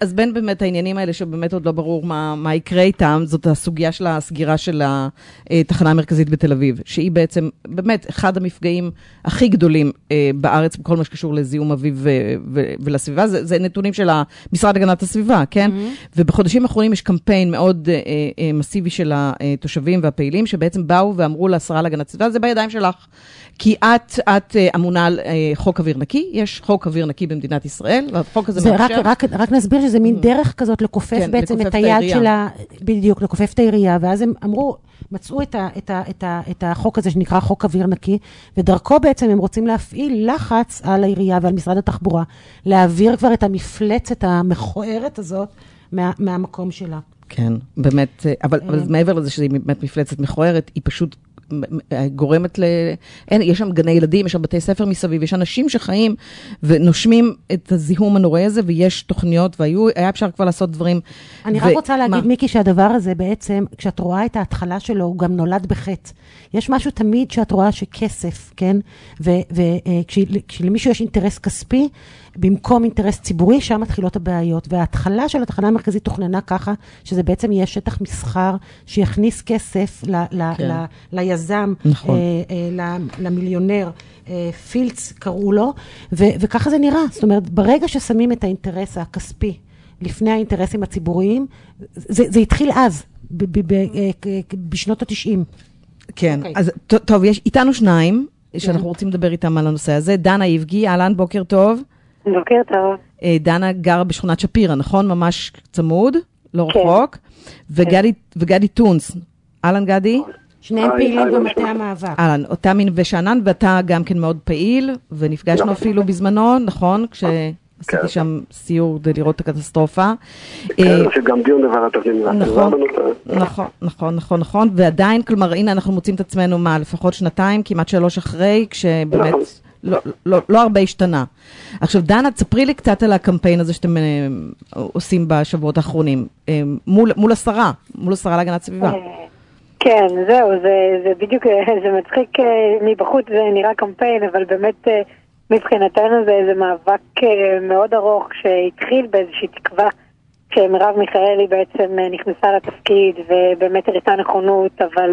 אז בין באמת העניינים האלה שבאמת עוד לא ברור מה יקרה איתם, זאת הסוגיה של הסגירה של התחנה המרכזית בתל אביב, שהיא בעצם באמת אחד המפגעים הכי גדולים בארץ, בכל מה שקשור לזיהום אוויר ולסביבה, זה נתונים של המשרד להגנת הסביבה, כן? ובחודשים האחרונים יש קמפיין מאוד מסיבי של התושבים והפעילים, שבעצם באו ואמרו לשרה להגנת הסביבה, זה בידיים שלך, כי את אמונה על חוק אוויר נקי, יש חוק אוויר נקי במדינת ישראל, והחוק הזה מאפשר... רק נסביר שזה מין דרך כזאת לכופף בעצם את היד שלה, בדיוק, לכופף את העירייה, ואז הם אמרו, מצאו את החוק הזה שנקרא חוק אוויר נקי, ודרכו בעצם הם רוצים להפעיל לחץ על העירייה ועל משרד התחבורה, להעביר כבר את המפלצת המכוערת הזאת מהמקום שלה. כן, באמת, אבל מעבר לזה שהיא באמת מפלצת מכוערת, היא פשוט גורמת יש שם גני ילדים, יש שם בתי ספר מסביב, יש אנשים שחיים ונושמים את הזיהום הנוראי הזה, ויש תוכניות, והיה אפשר כבר לעשות דברים. אני רק רוצה להגיד, מיקי, שהדבר הזה בעצם, כשאת רואה את ההתחלה שלו, הוא גם נולד בחטא. יש משהו תמיד שאת רואה שכסף, כן? וכשלמישהו יש אינטרס כספי, במקום אינטרס ציבורי, שם מתחילות הבעיות. וההתחלה של התחנה המרכזית תוכננה ככה, שזה בעצם יהיה שטח מסחר, שיכניס כסף ליזם, למיליונר, פילץ קראו לו, וככה זה נראה. זאת אומרת, ברגע ששמים את האינטרס הכספי, לפני האינטרסים הציבוריים, זה התחיל אז, בשנות ה-90. כן, אז טוב, יש איתנו שניים, שאנחנו רוצים לדבר איתם על הנושא הזה. דנה יבגי, אהלן, בוקר טוב. בוקר טוב. דנה גרה בשכונת שפירא, נכון? ממש צמוד, לא רחוק. וגדי טונס. אהלן, גדי? שניהם פעילים במטה המאבק. אהלן, אותה מין ושענן, ואתה גם כן מאוד פעיל, ונפגשנו אפילו בזמנו, נכון? כשעשיתי שם סיור כדי לראות את הקטסטרופה. כן, שגם דיון בוועדת הפנים. נכון. ועדיין, כלומר, הנה אנחנו מוצאים את עצמנו לפחות שנתיים, כמעט 3 אחרי, כשבאמת... לא הרבה השתנה. עכשיו, דנה, תספרי לי קצת על הקמפיין הזה שאתם עושים בשבועות האחרונים, מול השרה להגנת סביבה. כן, זהו, זה בדיוק, זה מצחיק מבחוץ, זה נראה קמפיין, אבל באמת מבחינתנו זה מאבק מאוד ארוך שהתחיל באיזושהי תקווה, כשמרב מיכאלי בעצם נכנסה לתפקיד, ובאמת הראתה נכונות, אבל...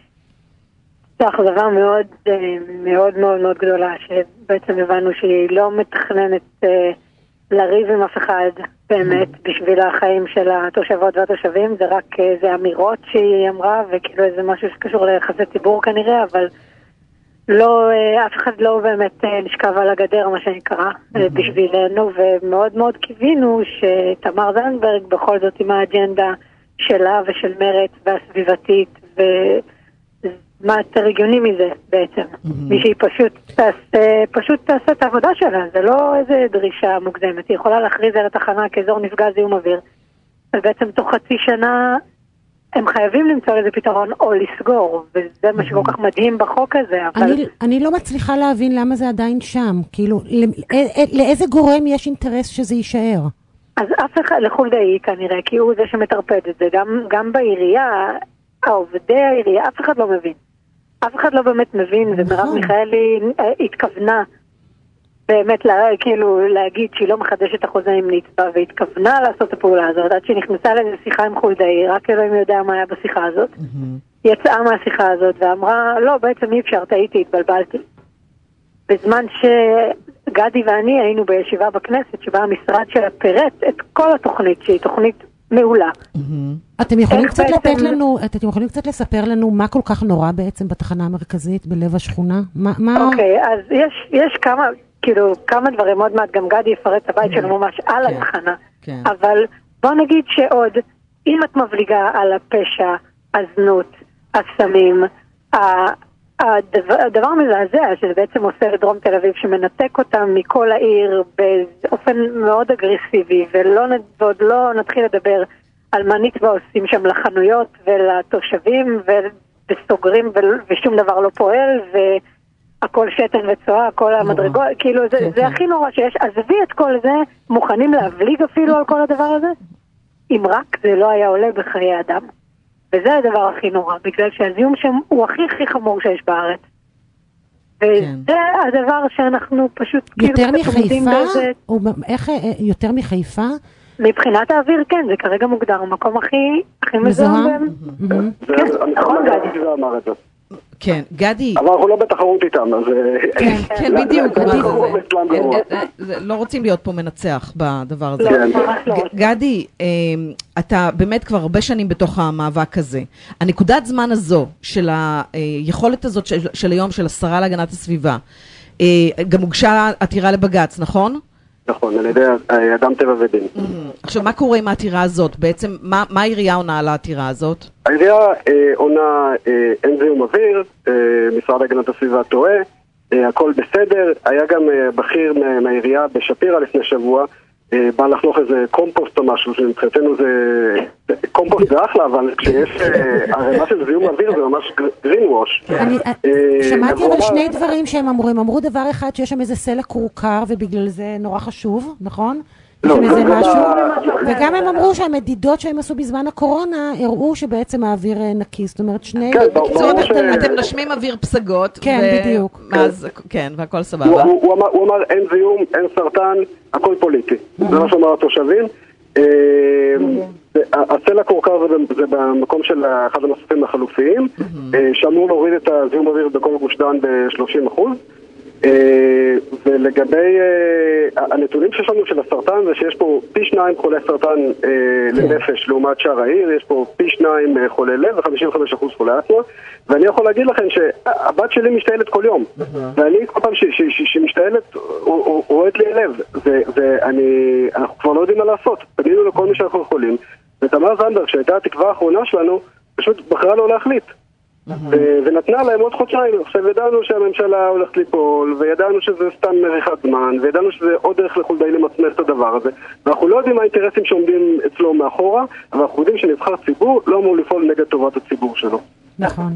זה אכזבה מאוד מאוד מאוד מאוד גדולה, שבעצם הבנו שהיא לא מתכננת לריב עם אף אחד באמת בשביל החיים של התושבות והתושבים, זה רק איזה אמירות שהיא אמרה, וכאילו איזה משהו שקשור ליחסי ציבור כנראה, אבל לא, אף אחד לא באמת נשכב על הגדר, מה שנקרא, בשבילנו, ומאוד מאוד קיווינו שתמר זנדברג בכל זאת עם האג'נדה שלה ושל מרץ והסביבתית מה יותר הגיוני מזה בעצם? מישהי פשוט תעשה את העבודה שלה, זה לא איזה דרישה מוקדמת, היא יכולה להכריז על התחנה כאזור נפגע זיהום אוויר, ובעצם תוך חצי שנה הם חייבים למצוא לזה פתרון או לסגור, וזה מה שכל כך מדהים בחוק הזה. אני לא מצליחה להבין למה זה עדיין שם, כאילו, לאיזה גורם יש אינטרס שזה יישאר? אז אף אחד, לחולדאי כנראה, כי הוא זה שמטרפד את זה, גם בעירייה, עובדי העירייה, אף אחד לא מבין. אף אחד לא באמת מבין, ומרב מיכאלי התכוונה באמת כאילו להגיד שהיא לא מחדשת את החוזה עם נצבא, והתכוונה לעשות את הפעולה הזאת, עד שהיא נכנסה לאיזו שיחה עם חולדאי, רק אלוהים יודע מה היה בשיחה הזאת. יצאה מהשיחה הזאת ואמרה, לא, בעצם אי אפשר, טעיתי, התבלבלתי. בזמן שגדי ואני היינו בישיבה בכנסת, שבה המשרד שלה פירט את כל התוכנית, שהיא תוכנית מעולה. אתם יכולים קצת לספר לנו מה כל כך נורא בעצם בתחנה המרכזית, בלב השכונה? אוקיי, אז יש כמה דברים, עוד מעט גם גדי יפרט את הבית שלו ממש על התחנה, אבל בוא נגיד שעוד, אם את מבליגה על הפשע, הזנות, הסמים, הדבר מזעזע, שזה בעצם עושה לדרום תל אביב, שמנתק אותם מכל העיר באופן מאוד אגרסיבי, ועוד לא נתחיל לדבר על מה נצבא עושים שם לחנויות ולתושבים, וסוגרים ושום דבר לא פועל, והכל שתן וצועה, כל המדרגות, כאילו זה הכי נורא שיש. אז הביא את כל זה, מוכנים להבליג אפילו על כל הדבר הזה? אם רק זה לא היה עולה בחיי אדם. וזה הדבר הכי נורא, בגלל שהזיהום שם הוא הכי חמור שיש בארץ. וזה הדבר שאנחנו פשוט יותר מחיפה, מבחינת האוויר, כן, זה כרגע מוגדר, המקום הכי מזוהם. נכון, גדי זה אמר את זה. כן, גדי. אבל אנחנו לא בתחרות איתם, אז... כן, בדיוק. לא רוצים להיות פה מנצח בדבר הזה. גדי, אתה באמת כבר הרבה שנים בתוך המאבק הזה. הנקודת זמן הזו, של היכולת הזאת של היום, של השרה להגנת הסביבה, גם הוגשה עתירה לבג"ץ, נכון? נכון, על ידי אדם טבע ודין. עכשיו, מה קורה עם העתירה הזאת? בעצם, מה העירייה עונה על העתירה הזאת? העירייה עונה אין זיהום אוויר, משרד הגנת הסביבה טועה, הכל בסדר. היה גם בכיר מהעירייה בשפירה לפני שבוע, בא לחנוך איזה קומפוסט או משהו, שמבחינתנו זה... קומפוסט זה אחלה, אבל כשיש הרמה של זיהום אוויר זה ממש גרין ווש. שמעתי אבל שני דברים שהם אמרו דבר אחד שיש שם איזה סלע קורקר ובגלל זה נורא חשוב, נכון? וגם הם אמרו שהמדידות שהם עשו בזמן הקורונה הראו שבעצם האוויר נקי, זאת אומרת שני... אתם נשמים אוויר פסגות. כן, בדיוק. כן, והכל סבבה. הוא אמר אין זיהום, אין סרטן, הכל פוליטי. זה מה שאומר התושבים. הסלע קורקר זה במקום של אחד המסופים החלופיים, שאמור להוריד את הזיהום אוויר בכל גוש דן ב-30%. ולגבי הנתונים שיש לנו של הסרטן זה שיש פה פי 2 חולי סרטן לנפש לעומת שאר העיר, יש פה פי 2 חולי לב ו-55% חולי אסתמה, ואני יכול להגיד לכם שהבת שלי משתעלת כל יום, ואני כל פעם שהיא משתעלת רואה לי לב, ואנחנו כבר לא יודעים מה לעשות. פנינו לכל מי שאנחנו יכולים, ותמר זנדברג שהייתה התקווה האחרונה שלנו פשוט בחרה לא להחליט ונתנה להם עוד חודשיים. עכשיו ידענו שהממשלה הולכת ליפול, וידענו שזה סתם מריחת זמן, וידענו שזה עוד דרך לחולדאי למצמץ את הדבר הזה, ואנחנו לא יודעים מה האינטרסים שעומדים אצלו מאחורה, אבל אנחנו יודעים שנבחר ציבור לא אמור לפעול נגד טובת הציבור שלו. נכון.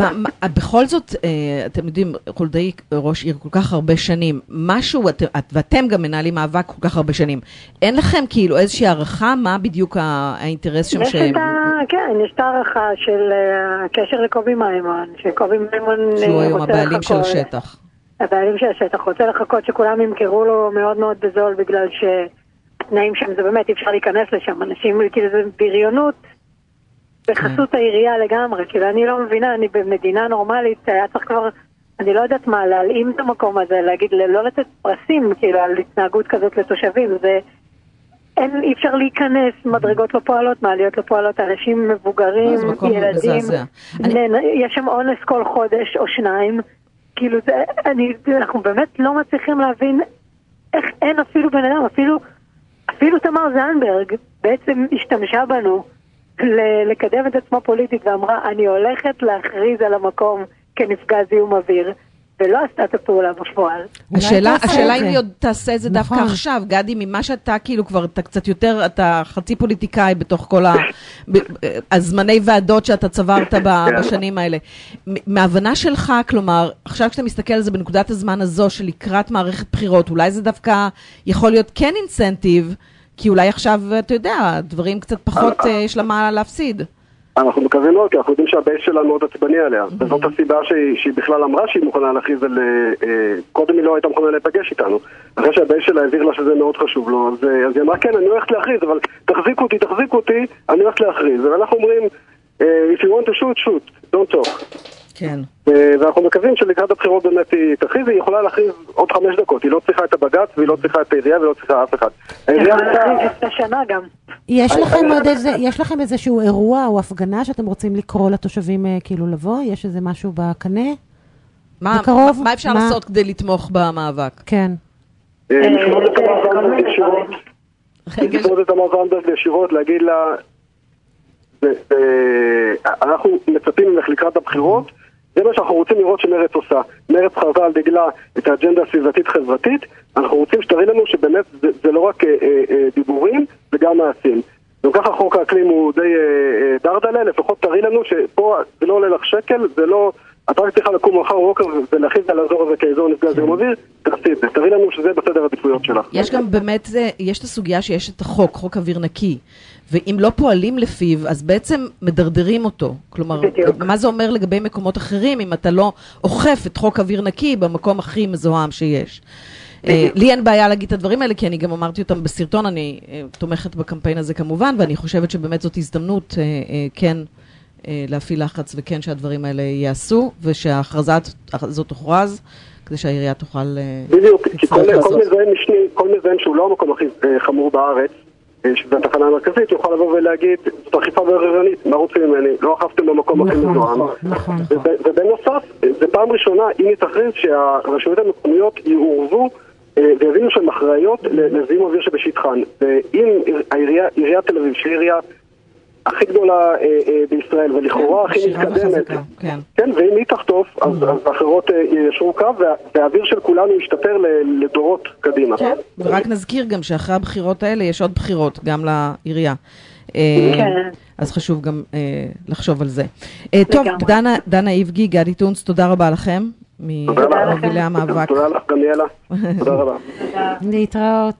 בכל זאת, אתם יודעים, חולדאי ראש עיר כל כך הרבה שנים, משהו, ואתם גם מנהלים מאבק כל כך הרבה שנים, אין לכם כאילו איזושהי הערכה מה בדיוק האינטרס שם שהם... כן, יש את הערכה של הקשר לקובי מימון, שקובי מימון... שהוא היום הבעלים של השטח. הבעלים של השטח רוצה לחכות שכולם ימכרו לו מאוד מאוד בזול, בגלל שתנאים שם זה באמת, אי אפשר להיכנס לשם, אנשים כאילו זה בריונות, בחסות העירייה לגמרי, כאילו אני לא מבינה, אני במדינה נורמלית, היה צריך כבר, אני לא יודעת מה, להלאים את המקום הזה, להגיד, לא לתת פרסים, כאילו, על התנהגות כזאת לתושבים, זה, אי אפשר להיכנס, מדרגות לא פועלות, מעליות לא פועלות, אנשים מבוגרים, ילדים, יש שם אונס כל חודש או שניים, כאילו, אנחנו באמת לא מצליחים להבין איך אין אפילו בן אדם, אפילו תמר זנדברג בעצם השתמשה בנו, לקדם את עצמה פוליטית ואמרה אני הולכת להכריז על המקום כנפגע זיהום אוויר ולא עשתה את הפעולה בפועל. השאלה אם היא עוד תעשה את זה דווקא עכשיו, גדי, ממה שאתה כאילו כבר אתה קצת יותר, אתה חצי פוליטיקאי בתוך כל הזמני ועדות שאתה צברת בשנים האלה. מהבנה שלך, כלומר, עכשיו כשאתה מסתכל על זה בנקודת הזמן הזו של לקראת מערכת בחירות, אולי זה דווקא יכול להיות כן אינסנטיב, כי אולי עכשיו, אתה יודע, דברים קצת פחות יש לה מה להפסיד. אנחנו מקווים מאוד, כי אנחנו יודעים שהבייס שלה מאוד עצבני עליה. וזאת הסיבה שהיא בכלל אמרה שהיא מוכנה להכריז על... קודם היא לא הייתה מוכנה להיפגש איתנו. אחרי שהבייס שלה העביר לה שזה מאוד חשוב לו, אז היא אמרה, כן, אני הולכת להכריז, אבל תחזיקו אותי, אני הולכת להכריז. ואנחנו אומרים, if you want to shoot, don't talk. כן. ואנחנו מקווים שלקראת הבחירות באמת היא תכריז, היא יכולה להכריז עוד 5 דקות. היא לא צריכה את הבג"ץ, והיא לא צריכה את העירייה, ולא צריכה אף אחד. יכולה להכריז את השנה גם. יש לכם איזשהו אירוע או הפגנה שאתם רוצים לקרוא לתושבים כאילו לבוא? יש איזה משהו בקנה? מה אפשר לעשות כדי לתמוך במאבק? כן. לפנות את תמר זנדברג ישירות, להגיד לה, אנחנו מצפים ממך לקראת הבחירות, זה מה שאנחנו רוצים לראות שמרץ עושה. מרץ חרתה על דגלה את האג'נדה הסביבתית-חברתית, אנחנו רוצים שתראי לנו שבאמת זה לא רק דיבורים, זה גם מעשים. גם ככה חוק האקלים הוא די דרדלה, לפחות תראי לנו שפה זה לא עולה לך שקל, זה לא... את רק צריכה לקום מחר בבוקר ולהכריז על האזור הזה כאזור נפגע זיהום אוויר, תעשי את זה. תראי לנו שזה בסדר העדיפויות שלך. יש גם באמת, יש את הסוגיה שיש את החוק, חוק אוויר נקי, ואם לא פועלים לפיו, אז בעצם מדרדרים אותו. כלומר, מה זה אומר לגבי מקומות אחרים, אם אתה לא אוכף את חוק אוויר נקי במקום הכי מזוהם שיש? לי אין בעיה להגיד את הדברים האלה, כי אני גם אמרתי אותם בסרטון, אני תומכת בקמפיין הזה כמובן, ואני חושבת שבאמת זאת הזדמנות כן להפעיל לחץ, וכן שהדברים האלה יעשו, ושההכרזה הזאת תוכרז, כדי שהעירייה תוכל... בדיוק, כי כל מזהם שהוא לא המקום הכי חמור בארץ, שזה התחנה המרכזית, יוכל לבוא ולהגיד, זאת אכיפה בררנית, מה רוצים ממני? לא אכפתם במקום הכי מזוהם. ובנוסף, זה פעם ראשונה, אם היא תכריז שהרשויות המקומיות יעורבו ויבינו שהן אחראיות לזיהום אוויר שבשטחן. ואם עיריית תל אביב, שהיא עירייה הכי גדולה בישראל, ולכאורה הכי מתקדמת, כן, ואם היא תחטוף, אז האחרות ישרו קו, והאוויר של כולנו ישתפר לדורות קדימה. ורק נזכיר גם שאחרי הבחירות האלה יש עוד בחירות, גם לעירייה. אז חשוב גם לחשוב על זה. טוב, דנה איבגי, גדי טונץ, תודה רבה לכם. ממובילי המאבק. תודה לך, דניאלה. תודה רבה. להתראות.